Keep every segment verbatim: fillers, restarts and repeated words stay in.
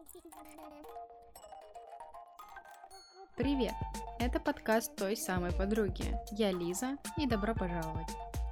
Привет! Это подкаст той самой подруги. Я Лиза, и добро пожаловать.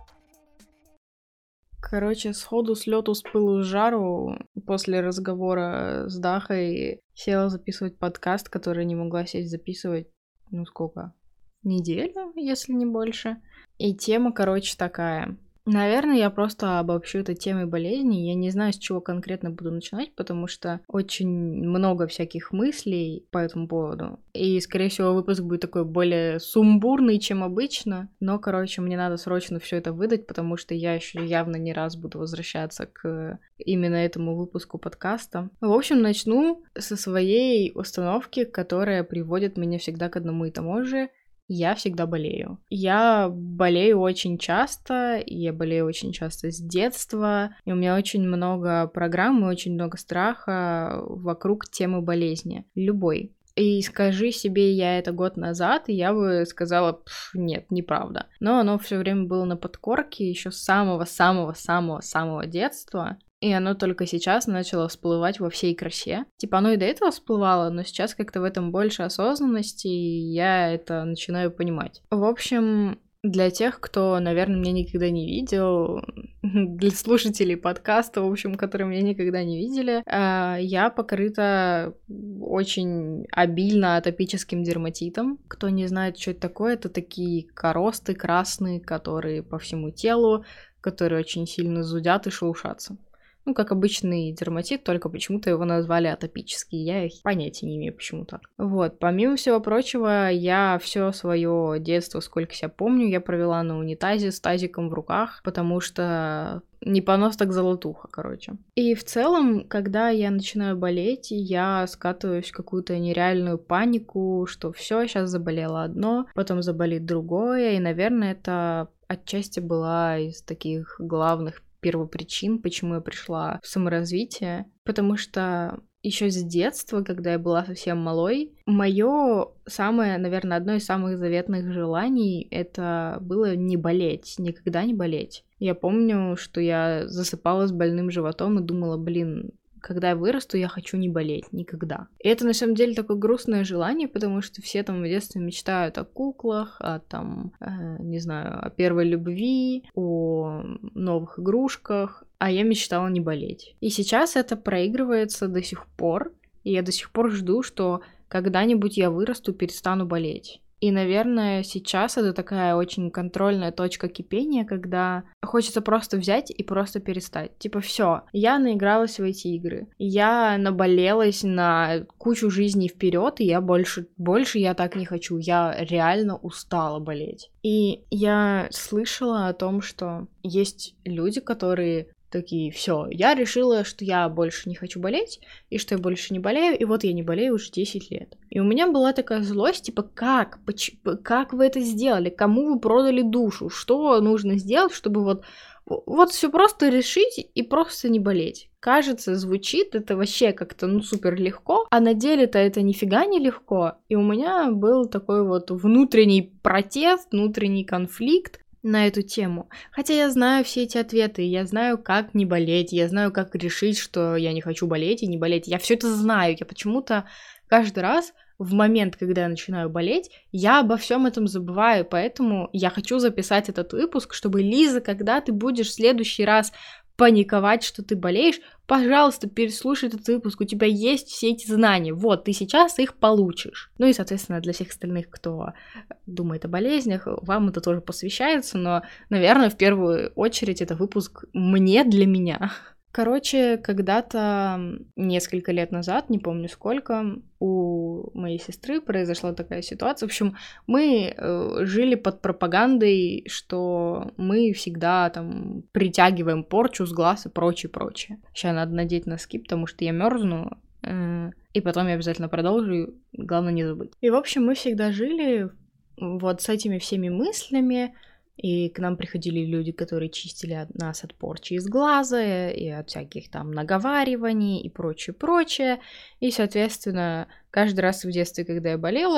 Короче, сходу с лету с пылу с жару после разговора с Дахой села записывать подкаст, который не могла сесть записывать, ну сколько, неделю, если не больше. И тема, короче, такая. Наверное, я просто обобщу это темой болезни. Я не знаю, с чего конкретно буду начинать, потому что очень много всяких мыслей по этому поводу. И, скорее всего, выпуск будет такой более сумбурный, чем обычно. Но, короче, мне надо срочно все это выдать, потому что я еще явно не раз буду возвращаться к именно этому выпуску подкаста. В общем, начну со своей установки, которая приводит меня всегда к одному и тому же. Я всегда болею. Я болею очень часто, и я болею очень часто с детства, и у меня очень много программ и очень много страха вокруг темы болезни, любой. И скажи себе я это год назад, и я бы сказала, нет, неправда. Но оно все время было на подкорке еще с самого-самого-самого-самого детства. И оно только сейчас начало всплывать во всей красе. Типа оно и до этого всплывало, но сейчас как-то в этом больше осознанности, и я это начинаю понимать. В общем, для тех, кто, наверное, меня никогда не видел, для слушателей подкаста, в общем, которые меня никогда не видели, я покрыта очень обильно атопическим дерматитом. Кто не знает, что это такое, это такие коросты красные, которые по всему телу, которые очень сильно зудят и шелушатся. Ну, как обычный дерматит, только почему-то его назвали атопический. Я их понятия не имею, почему так. Вот, помимо всего прочего, я все свое детство, сколько себя помню, я провела на унитазе с тазиком в руках, потому что не понос, так золотуха, короче. И в целом, когда я начинаю болеть, я скатываюсь в какую-то нереальную панику, что все, сейчас заболело одно, потом заболит другое, и, наверное, это отчасти была из таких главных первопричин, почему я пришла в саморазвитие, потому что еще с детства, когда я была совсем малой, мое самое, наверное, одно из самых заветных желаний это было не болеть, никогда не болеть. Я помню, что я засыпала с больным животом и думала, блин, когда я вырасту, я хочу не болеть никогда. И это на самом деле такое грустное желание, потому что все там в детстве мечтают о куклах, о там, э, не знаю, о первой любви, о новых игрушках, а я мечтала не болеть. И сейчас это проигрывается до сих пор, и я до сих пор жду, что когда-нибудь я вырасту, перестану болеть. И, наверное, сейчас это такая очень контрольная точка кипения, когда хочется просто взять и просто перестать. Типа, все, я наигралась в эти игры, я наболелась на кучу жизней вперед, и я больше, больше я так не хочу, я реально устала болеть. И я слышала о том, что есть люди, которые такие, все, я решила, что я больше не хочу болеть, и что я больше не болею, и вот я не болею уже десять лет. И у меня была такая злость, типа, как? Поч- как вы это сделали? Кому вы продали душу? Что нужно сделать, чтобы вот, вот все просто решить и просто не болеть? Кажется, звучит это вообще как-то, ну, супер легко, а на деле-то это нифига не легко. И у меня был такой вот внутренний протест, внутренний конфликт на эту тему. Хотя я знаю все эти ответы, я знаю, как не болеть, я знаю, как решить, что я не хочу болеть и не болеть. Я все это знаю. Я почему-то каждый раз в момент, когда я начинаю болеть, я обо всем этом забываю, поэтому я хочу записать этот выпуск, чтобы, Лиза, когда ты будешь в следующий раз паниковать, что ты болеешь, пожалуйста, переслушай этот выпуск, у тебя есть все эти знания, вот, ты сейчас их получишь. Ну и, соответственно, для всех остальных, кто думает о болезнях, вам это тоже посвящается, но, наверное, в первую очередь это выпуск мне для меня. Короче, когда-то несколько лет назад, не помню сколько, у моей сестры произошла такая ситуация. В общем, мы э, жили под пропагандой, что мы всегда там притягиваем порчу с глаз и прочее, прочее. Сейчас надо надеть носки, потому что я мерзну. Э, и потом я обязательно продолжу, главное не забыть. И, в общем, мы всегда жили вот с этими всеми мыслями. И к нам приходили люди, которые чистили от нас от порчи из глаза и от всяких там наговариваний и прочее-прочее. И, соответственно, каждый раз в детстве, когда я болела,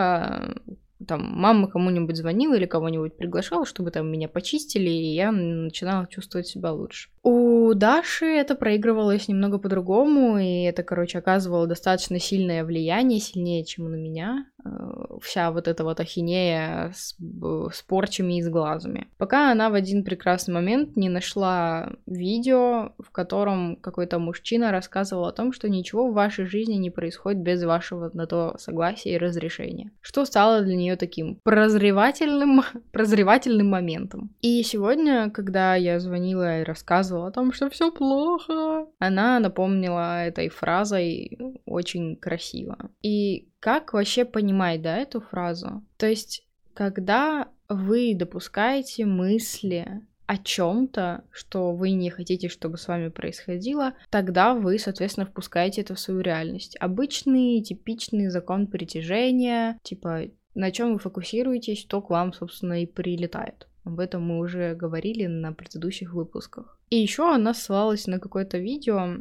я там мама кому-нибудь звонила или кого-нибудь приглашала, чтобы там меня почистили, и я начинала чувствовать себя лучше. У Даши это проигрывалось немного по-другому, и это, короче, оказывало достаточно сильное влияние, сильнее, чем на меня. Вся вот эта вот ахинея с, с порчами и с глазами. Пока она в один прекрасный момент не нашла видео, в котором какой-то мужчина рассказывал о том, что ничего в вашей жизни не происходит без вашего на то согласия и разрешения. Что стало для нее таким прозревательным, прозревательным моментом. И сегодня, когда я звонила и рассказывала о том, что все плохо, она напомнила этой фразой очень красиво. И как вообще понимать, да, эту фразу? То есть, когда вы допускаете мысли о чем-то, что вы не хотите, чтобы с вами происходило, тогда вы, соответственно, впускаете это в свою реальность. Обычный, типичный закон притяжения, типа, на чем вы фокусируетесь, то к вам, собственно, и прилетает. Об этом мы уже говорили на предыдущих выпусках. И еще она ссылалась на какое-то видео,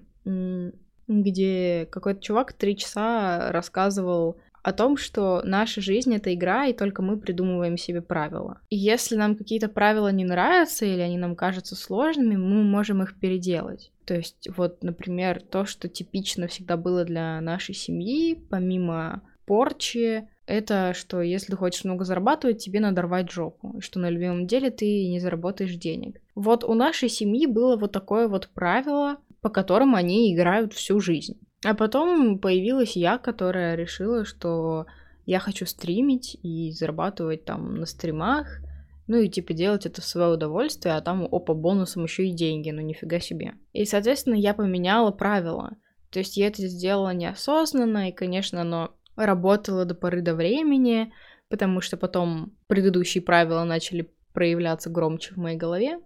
где какой-то чувак три часа рассказывал о том, что наша жизнь — это игра, и только мы придумываем себе правила. И если нам какие-то правила не нравятся или они нам кажутся сложными, мы можем их переделать. То есть вот, например, то, что типично всегда было для нашей семьи, помимо порчи, это что если ты хочешь много зарабатывать, тебе надо рвать жопу, и что на любимом деле ты не заработаешь денег. Вот у нашей семьи было вот такое вот правило, по которым они играют всю жизнь. А потом появилась я, которая решила, что я хочу стримить и зарабатывать там на стримах, ну и типа делать это в свое удовольствие, а там опа, бонусом еще и деньги, ну нифига себе. И, соответственно, я поменяла правила. То есть я это сделала неосознанно, и, конечно, оно работала до поры до времени, потому что потом предыдущие правила начали проявляться громче в моей голове.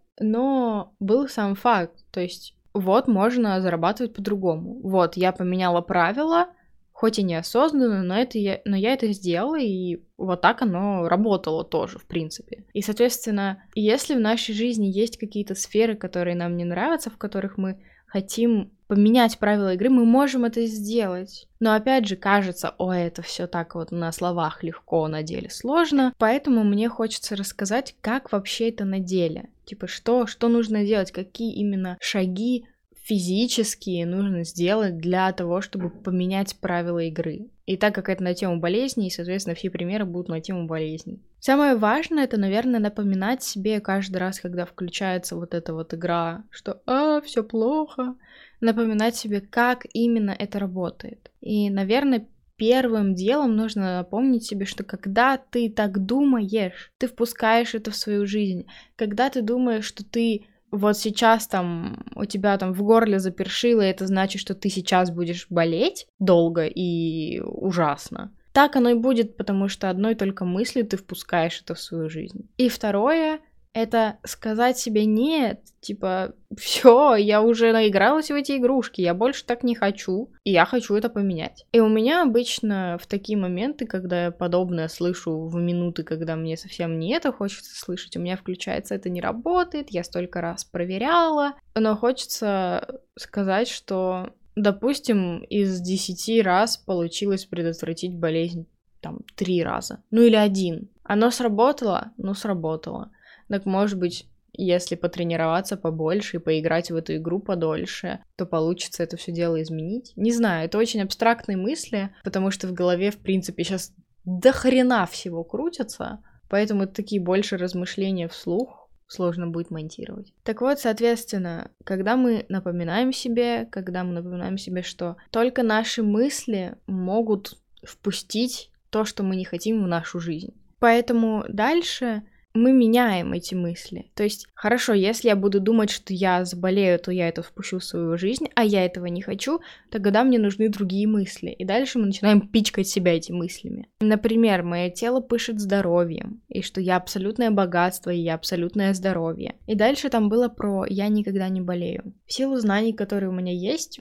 Но был сам факт, то есть вот можно зарабатывать по-другому. Вот, я поменяла правила, хоть и неосознанно, но, это я, но я это сделала, и вот так оно работало тоже, в принципе. И, соответственно, если в нашей жизни есть какие-то сферы, которые нам не нравятся, в которых мы хотим поменять правила игры, мы можем это сделать. Но опять же, кажется, ой, это все так вот на словах легко, на деле сложно. Поэтому мне хочется рассказать, как вообще это на деле. Типа, что, что нужно делать, какие именно шаги физические нужно сделать для того, чтобы поменять правила игры. И так как это на тему болезней, соответственно, все примеры будут на тему болезней. Самое важное — это, наверное, напоминать себе каждый раз, когда включается вот эта вот игра, что «а, все плохо», напоминать себе, как именно это работает. И, наверное, первым делом нужно напомнить себе, что когда ты так думаешь, ты впускаешь это в свою жизнь. Когда ты думаешь, что ты вот сейчас там у тебя там в горле запершило, и это значит, что ты сейчас будешь болеть долго и ужасно. Так оно и будет, потому что одной только мыслью ты впускаешь это в свою жизнь. И второе — это сказать себе «нет», типа «все, я уже наигралась в эти игрушки, я больше так не хочу, и я хочу это поменять». И у меня обычно в такие моменты, когда я подобное слышу в минуты, когда мне совсем не это хочется слышать, у меня включается «это не работает», я столько раз проверяла, но хочется сказать, что, допустим, из десяти раз получилось предотвратить болезнь там три раза, ну или один. Оно сработало? Ну сработало. Так, может быть, если потренироваться побольше и поиграть в эту игру подольше, то получится это все дело изменить. Не знаю, это очень абстрактные мысли, потому что в голове, в принципе, сейчас до хрена всего крутится, поэтому это такие больше размышления вслух сложно будет монтировать. Так вот, соответственно, когда мы напоминаем себе, когда мы напоминаем себе, что только наши мысли могут впустить то, что мы не хотим в нашу жизнь. Поэтому дальше мы меняем эти мысли. То есть, хорошо, если я буду думать, что я заболею, то я это впущу в свою жизнь, а я этого не хочу, тогда мне нужны другие мысли. И дальше мы начинаем пичкать себя этими мыслями. Например, мое тело пышет здоровьем, и что я абсолютное богатство, и я абсолютное здоровье. И дальше там было про «я никогда не болею». В силу знаний, которые у меня есть,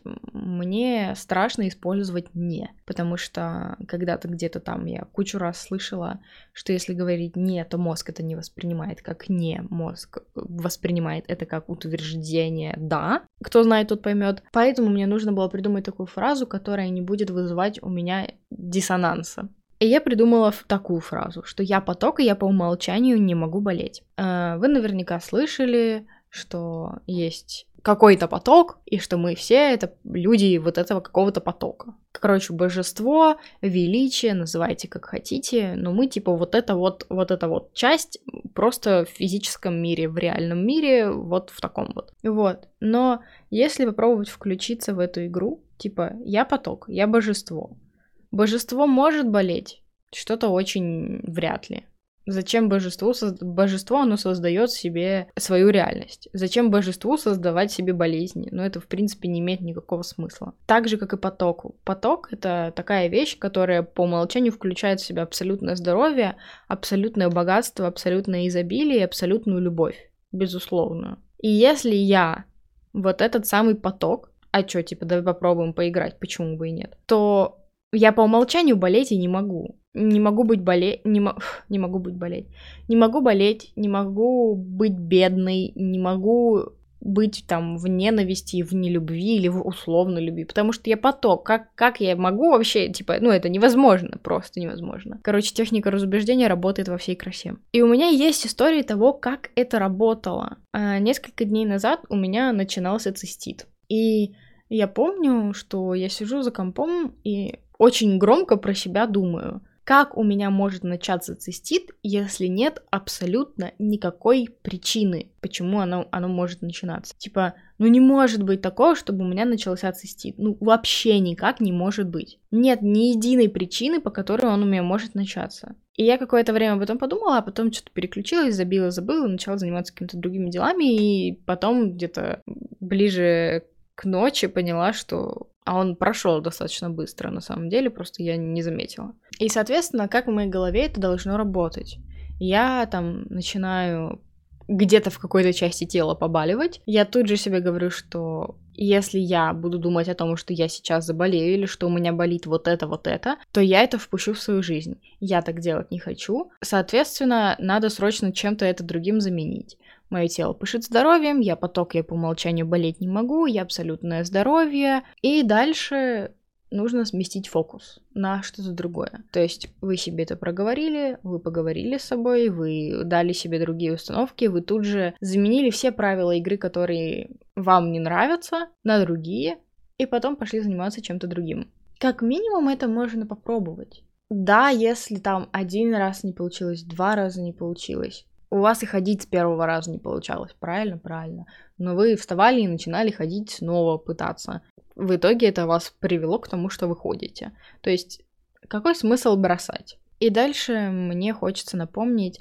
мне страшно использовать «не», потому что когда-то где-то там я кучу раз слышала, что если говорить «не», то мозг это не воспринимает как «не», мозг воспринимает это как утверждение «да». Кто знает, тот поймет. Поэтому мне нужно было придумать такую фразу, которая не будет вызывать у меня диссонанса. И я придумала такую фразу, что я поток, и я по умолчанию не могу болеть. Вы наверняка слышали, что есть какой-то поток, и что мы все это люди вот этого какого-то потока. Короче, божество, величие, называйте как хотите, но мы типа вот это вот, вот эта вот часть просто в физическом мире, в реальном мире, вот в таком вот. Вот. Но если попробовать включиться в эту игру, типа я поток, я божество. Божество может болеть, что-то очень вряд ли. Зачем божеству? Божество, оно создает себе свою реальность. Зачем божеству создавать себе болезни? Ну, это, в принципе, не имеет никакого смысла. Так же, как и потоку. Поток — это такая вещь, которая по умолчанию включает в себя абсолютное здоровье, абсолютное богатство, абсолютное изобилие и абсолютную любовь. Безусловную. И если я вот этот самый поток, а чё, типа, давай попробуем поиграть, почему бы и нет, то я по умолчанию болеть и не могу. Не могу быть болеть, не, мо... не могу быть болеть, не могу болеть, не могу быть бедной, не могу быть там в ненависти, в нелюбви или в условной любви, потому что я поток. Как, как я могу вообще, типа, ну это невозможно, просто невозможно. Короче, техника разубеждения работает во всей красе. И у меня есть история того, как это работало. А, несколько дней назад у меня начинался цистит. И я помню, что я сижу за компом и очень громко про себя думаю. Как у меня может начаться цистит, если нет абсолютно никакой причины, почему оно, оно может начинаться? Типа, ну не может быть такого, чтобы у меня начался цистит. Ну вообще никак не может быть. Нет ни единой причины, по которой он у меня может начаться. И я какое-то время об этом подумала, а потом что-то переключилась, забила, забыла, начала заниматься какими-то другими делами, и потом где-то ближе к ночи поняла, что... А он прошел достаточно быстро, на самом деле, просто я не заметила. И, соответственно, как в моей голове это должно работать? Я там начинаю где-то в какой-то части тела побаливать. Я тут же себе говорю, что если я буду думать о том, что я сейчас заболею, или что у меня болит вот это, вот это, то я это впущу в свою жизнь. Я так делать не хочу. Соответственно, надо срочно чем-то это другим заменить. Мое тело пышет здоровьем, я поток, я по умолчанию болеть не могу, я абсолютное здоровье. И дальше нужно сместить фокус на что-то другое. То есть вы себе это проговорили, вы поговорили с собой, вы дали себе другие установки, вы тут же заменили все правила игры, которые вам не нравятся, на другие, и потом пошли заниматься чем-то другим. Как минимум это можно попробовать. Да, если там один раз не получилось, два раза не получилось, у вас и ходить с первого раза не получалось, правильно? Правильно. Но вы вставали и начинали ходить снова, пытаться. В итоге это вас привело к тому, что вы ходите. То есть, какой смысл бросать? И дальше мне хочется напомнить,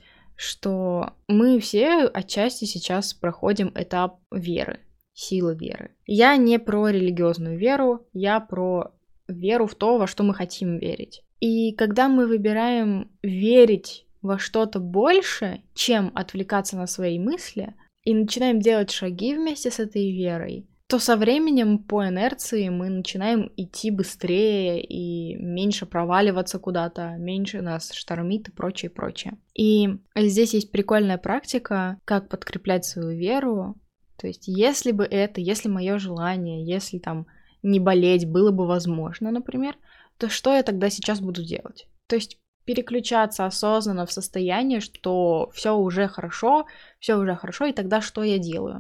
что мы все отчасти сейчас проходим этап веры, силы веры. Я не про религиозную веру, я про веру в то, во что мы хотим верить. И когда мы выбираем верить во что-то больше, чем отвлекаться на свои мысли, и начинаем делать шаги вместе с этой верой, то со временем по инерции мы начинаем идти быстрее и меньше проваливаться куда-то, меньше нас штормит и прочее, прочее. И здесь есть прикольная практика, как подкреплять свою веру. То есть если бы это, если мое желание, если там не болеть было бы возможно, например, то что я тогда сейчас буду делать? То есть переключаться осознанно в состояние, что все уже хорошо, все уже хорошо, и тогда что я делаю?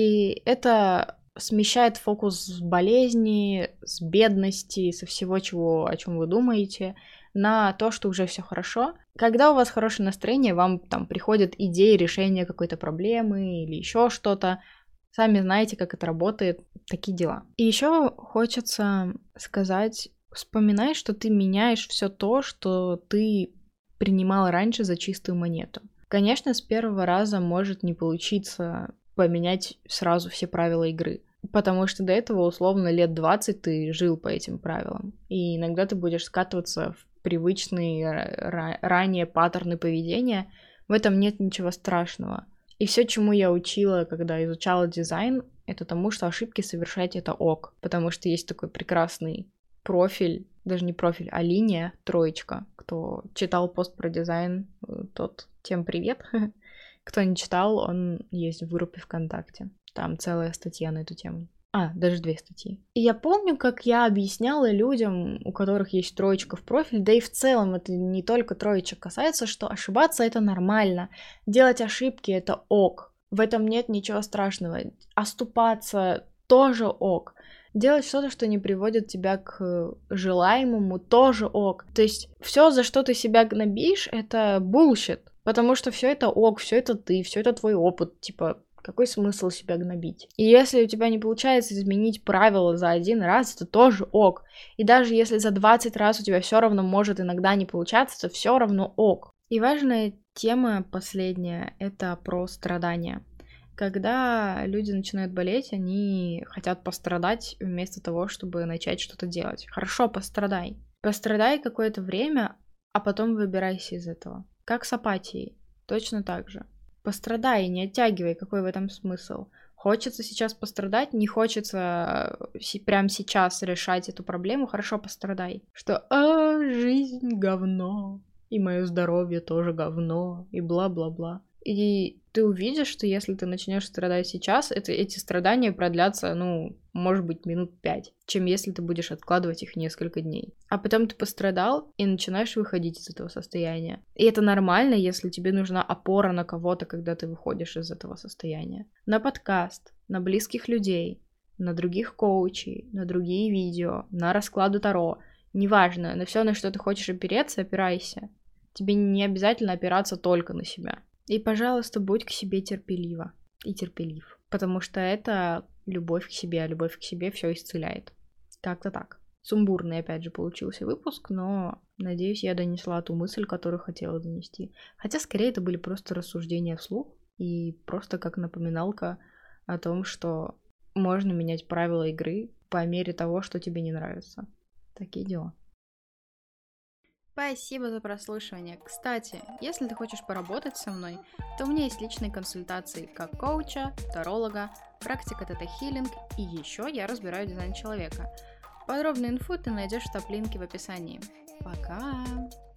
И это смещает фокус с болезни, с бедности, со всего, чего, о чем вы думаете, на то, что уже все хорошо. Когда у вас хорошее настроение, вам там приходят идеи решения какой-то проблемы или еще что-то. Сами знаете, как это работает, такие дела. И еще хочется сказать, вспоминай, что ты меняешь все то, что ты принимал раньше за чистую монету. Конечно, с первого раза может не получиться поменять сразу все правила игры, потому что до этого, условно, лет двадцать ты жил по этим правилам, и иногда ты будешь скатываться в привычные ра- ранее паттерны поведения. В этом нет ничего страшного. И все, чему я учила, когда изучала дизайн, это тому, что ошибки совершать это ок, потому что есть такой прекрасный профиль, даже не профиль, а линия, троечка. Кто читал пост про дизайн, тот тем привет. Кто не читал, он есть в группе ВКонтакте. Там целая статья на эту тему. А, даже две статьи. И я помню, как я объясняла людям, у которых есть троечка в профиль, да и в целом это не только троечек касается, что ошибаться это нормально, делать ошибки это ок. В этом нет ничего страшного. Оступаться тоже ок. Делать что-то, что не приводит тебя к желаемому, тоже ок. То есть все, за что ты себя гнобишь, это bullshit. Потому что все это ок, все это ты, все это твой опыт. Типа, какой смысл себя гнобить? И если у тебя не получается изменить правила за один раз, это тоже ок. И даже если за двадцать раз у тебя все равно может иногда не получаться, это все равно ок. И важная тема последняя — это про страдания. Когда люди начинают болеть, они хотят пострадать вместо того, чтобы начать что-то делать. Хорошо, пострадай. Пострадай какое-то время, а потом выбирайся из этого. Как с апатией. Точно так же. Пострадай, не оттягивай, какой в этом смысл. Хочется сейчас пострадать, не хочется прямо сейчас решать эту проблему, хорошо, пострадай. Что «А, жизнь говно, и мое здоровье тоже говно», и бла-бла-бла. И ты увидишь, что если ты начнешь страдать сейчас, это, эти страдания продлятся, ну, может быть, минут пять, чем если ты будешь откладывать их несколько дней. А потом ты пострадал и начинаешь выходить из этого состояния. И это нормально, если тебе нужна опора на кого-то, когда ты выходишь из этого состояния. На подкаст, на близких людей, на других коучей, на другие видео, на расклады Таро. Неважно, на все, на что ты хочешь опереться, опирайся. Тебе не обязательно опираться только на себя. И, пожалуйста, будь к себе терпелива и терпелив, потому что это любовь к себе, а любовь к себе все исцеляет. Как-то так. Сумбурный, опять же, получился выпуск, но, надеюсь, я донесла ту мысль, которую хотела донести. Хотя, скорее, это были просто рассуждения вслух и просто как напоминалка о том, что можно менять правила игры по мере того, что тебе не нравится. Такие дела. Спасибо за прослушивание. Кстати, если ты хочешь поработать со мной, то у меня есть личные консультации как коуча, таролога, практика тета-хилинг, и еще я разбираю дизайн человека. Подробную инфу ты найдешь в топ-линке в описании. Пока!